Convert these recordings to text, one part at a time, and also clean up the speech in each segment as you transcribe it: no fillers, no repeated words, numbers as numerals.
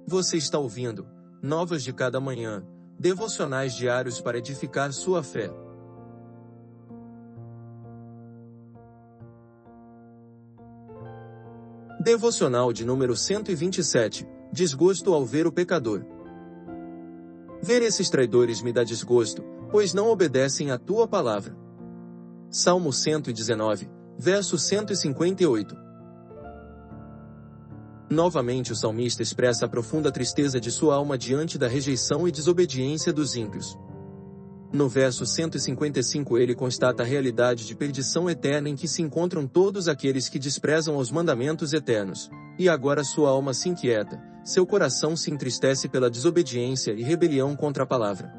Você está ouvindo Novas de Cada Manhã, devocionais diários para edificar sua fé. Devocional de número 127, Desgosto ao ver o pecador. Ver esses traidores me dá desgosto, pois não obedecem à tua palavra. Salmo 119, verso 158. Novamente o salmista expressa a profunda tristeza de sua alma diante da rejeição e desobediência dos ímpios. No verso 155 ele constata a realidade de perdição eterna em que se encontram todos aqueles que desprezam os mandamentos eternos, e agora sua alma se inquieta, seu coração se entristece pela desobediência e rebelião contra a palavra.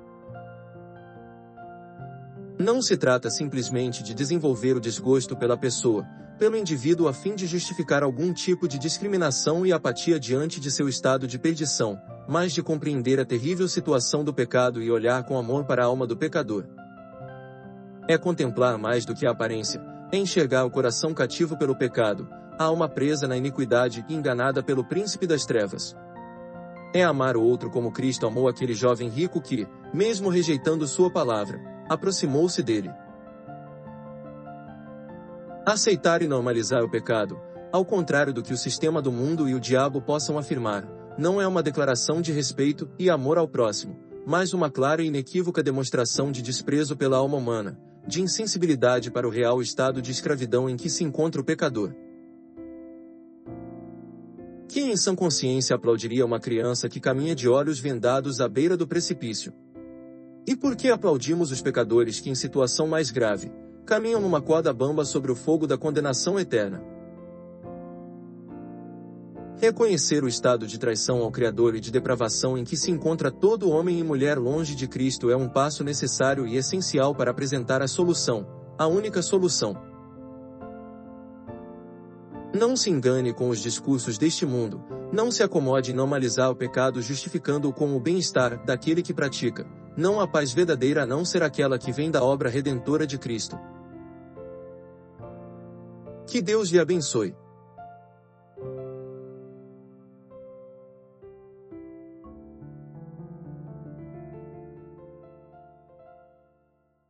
Não se trata simplesmente de desenvolver o desgosto pela pessoa, pelo indivíduo a fim de justificar algum tipo de discriminação e apatia diante de seu estado de perdição, mas de compreender a terrível situação do pecado e olhar com amor para a alma do pecador. É contemplar mais do que a aparência, é enxergar o coração cativo pelo pecado, a alma presa na iniquidade e enganada pelo príncipe das trevas. É amar o outro como Cristo amou aquele jovem rico que, mesmo rejeitando sua palavra, aproximou-se dele. Aceitar e normalizar o pecado, ao contrário do que o sistema do mundo e o diabo possam afirmar, não é uma declaração de respeito e amor ao próximo, mas uma clara e inequívoca demonstração de desprezo pela alma humana, de insensibilidade para o real estado de escravidão em que se encontra o pecador. Quem em sã consciência aplaudiria uma criança que caminha de olhos vendados à beira do precipício? E por que aplaudimos os pecadores que em situação mais grave, caminham numa corda bamba sobre o fogo da condenação eterna? Reconhecer o estado de traição ao Criador e de depravação em que se encontra todo homem e mulher longe de Cristo é um passo necessário e essencial para apresentar a solução, a única solução. Não se engane com os discursos deste mundo, não se acomode em normalizar o pecado justificando-o com o bem-estar daquele que pratica. Não há paz verdadeira a não ser aquela que vem da obra redentora de Cristo. Que Deus lhe abençoe.